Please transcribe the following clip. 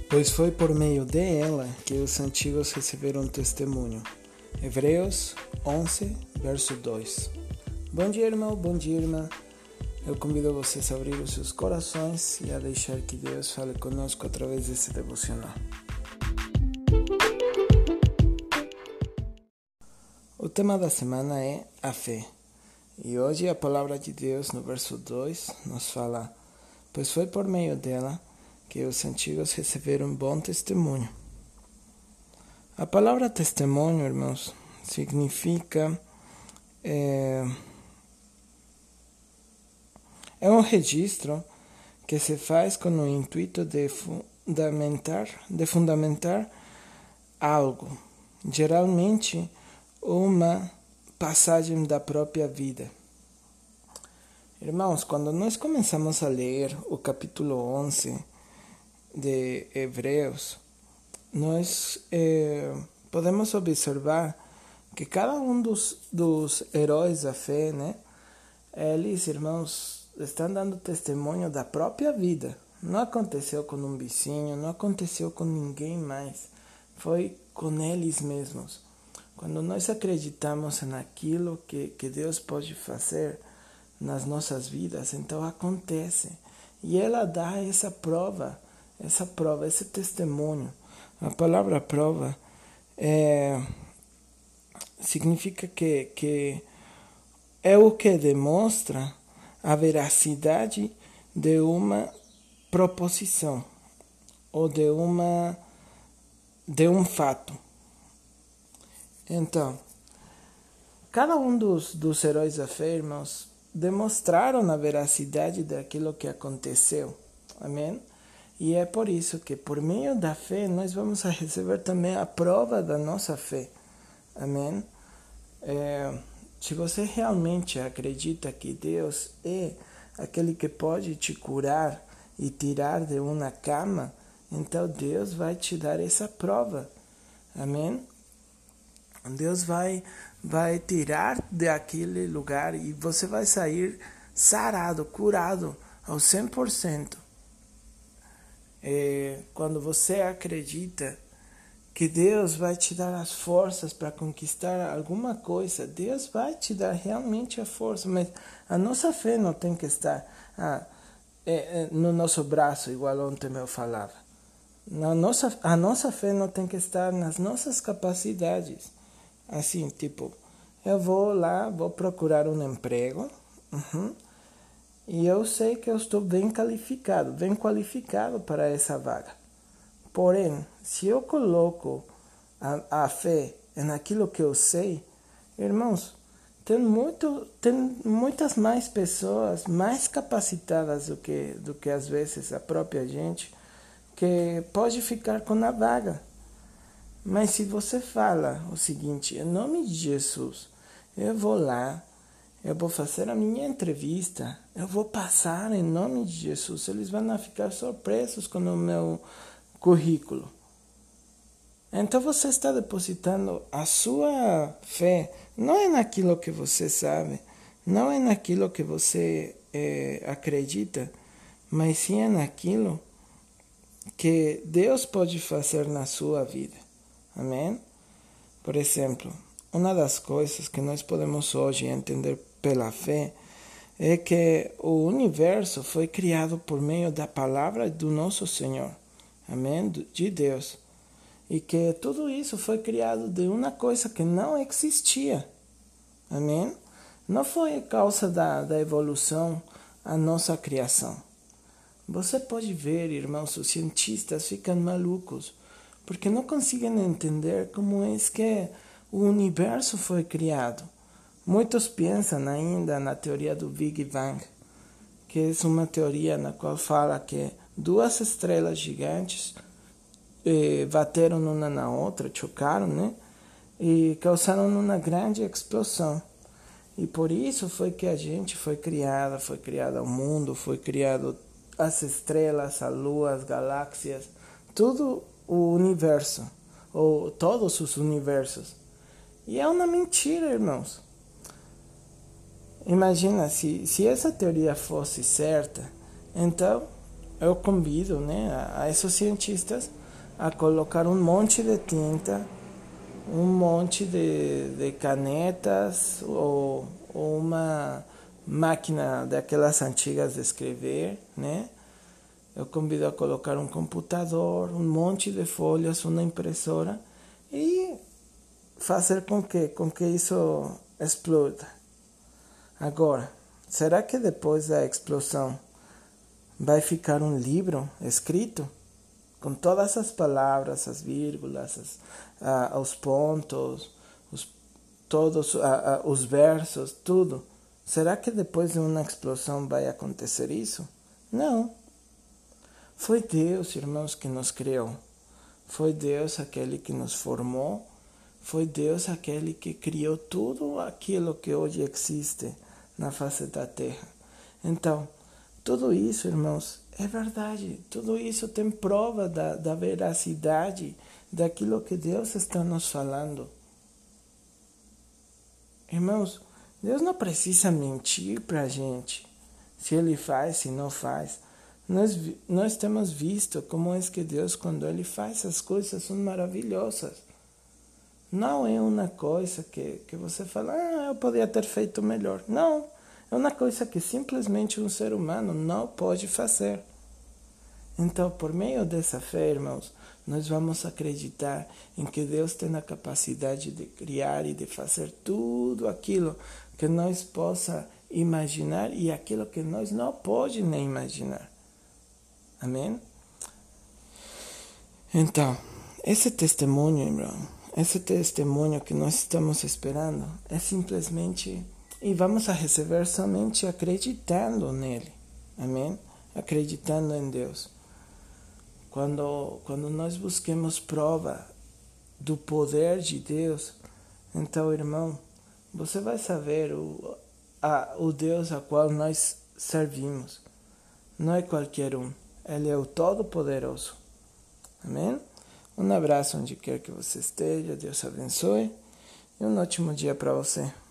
Pois foi por meio de ela que os antigos receberam testemunho. Hebreus 11, verso 2. Bom dia, irmão, bom dia, irmã. Eu convido vocês a abrir os seus corações e a deixar que Deus fale conosco através desse devocional. O tema da semana é a fé. E hoje a palavra de Deus no verso 2 nos fala: pois foi por meio dela que os antigos receberam bom testemunho. A palavra testemunho, irmãos, significa é um registro que se faz com o intuito de fundamentar algo, geralmente uma passagem da própria vida. Irmãos, quando nós começamos a ler o capítulo 11 de Hebreus, nós podemos observar que cada um dos heróis da fé, né, eles, irmãos, estão dando testemunho da própria vida. Não aconteceu com um vizinho, não aconteceu com ninguém mais, foi com eles mesmos. Quando nós acreditamos naquilo que Deus pode fazer nas nossas vidas, então acontece. E ela dá essa prova, esse testemunho. A palavra prova significa que é o que demonstra a veracidade de uma proposição ou de um fato. Então, cada um dos heróis da fé, irmãos, demonstraram a veracidade daquilo que aconteceu. Amém? E é por isso que, por meio da fé, nós vamos a receber também a prova da nossa fé. Amém? Se você realmente acredita que Deus é aquele que pode te curar e tirar de uma cama, então Deus vai te dar essa prova. Amém? Deus vai tirar daquele lugar e você vai sair sarado, curado ao 100%. Quando você acredita que Deus vai te dar as forças para conquistar alguma coisa, Deus vai te dar realmente a força, mas a nossa fé não tem que estar no nosso braço, igual ontem eu falava. A nossa fé não tem que estar nas nossas capacidades. Assim, tipo, eu vou lá, vou procurar um emprego, e eu sei que eu estou bem qualificado para essa vaga. Porém, se eu coloco a fé naquilo que eu sei, irmãos, tem muitas mais pessoas mais capacitadas do que às vezes a própria gente, que pode ficar com a vaga. Mas se você fala o seguinte: em nome de Jesus, eu vou lá, eu vou fazer a minha entrevista, eu vou passar em nome de Jesus, eles vão ficar surpresos com o meu currículo. Então você está depositando a sua fé, não é naquilo que você sabe, não é naquilo que você acredita, mas sim é naquilo que Deus pode fazer na sua vida. Amém? Por exemplo, uma das coisas que nós podemos hoje entender pela fé é que o universo foi criado por meio da palavra do nosso Senhor. Amém? De Deus. E que tudo isso foi criado de uma coisa que não existia. Amém? Não foi causa da evolução a nossa criação. Você pode ver, irmãos, os cientistas ficam malucos porque não conseguem entender como é que o universo foi criado. Muitos pensam ainda na teoria do Big Bang, que é uma teoria na qual fala que duas estrelas gigantes bateram uma na outra, chocaram, né? E causaram uma grande explosão. E por isso foi que a gente foi criado o mundo, foi criado as estrelas, a lua, as galáxias, tudo o universo, ou todos os universos. E é uma mentira, irmãos. Imagina, se essa teoria fosse certa, então eu convido, né, a esses cientistas a colocar um monte de tinta, um monte de canetas ou uma máquina daquelas antigas de escrever, né? Eu convido a colocar um computador, um monte de folhas, uma impressora e fazer com que isso exploda. Agora, será que depois da explosão vai ficar um livro escrito com todas as palavras, as vírgulas, os pontos, todos os versos, tudo? Será que depois de uma explosão vai acontecer isso? Não. Foi Deus, irmãos, que nos criou. Foi Deus aquele que nos formou. Foi Deus aquele que criou tudo aquilo que hoje existe na face da terra. Então, tudo isso, irmãos, é verdade. Tudo isso tem prova da veracidade daquilo que Deus está nos falando. Irmãos, Deus não precisa mentir para a gente. Se Ele faz, se não faz. Nós temos visto como é que Deus, quando Ele faz as coisas, são maravilhosas. Não é uma coisa que você fala, eu poderia ter feito melhor. Não, é uma coisa que simplesmente um ser humano não pode fazer. Então, por meio dessa fé, irmãos, nós vamos acreditar em que Deus tem a capacidade de criar e de fazer tudo aquilo que nós possa imaginar e aquilo que nós não podemos nem imaginar. Amém? Então, esse testemunho, irmão, esse testemunho que nós estamos esperando é simplesmente, e vamos a receber somente acreditando nele. Amém? Acreditando em Deus. Quando nós busquemos prova do poder de Deus, então, irmão, você vai saber o Deus a qual nós servimos. Não é qualquer um. Ele é o Todo-Poderoso. Amém? Um abraço onde quer que você esteja. Deus abençoe. E um ótimo dia para você.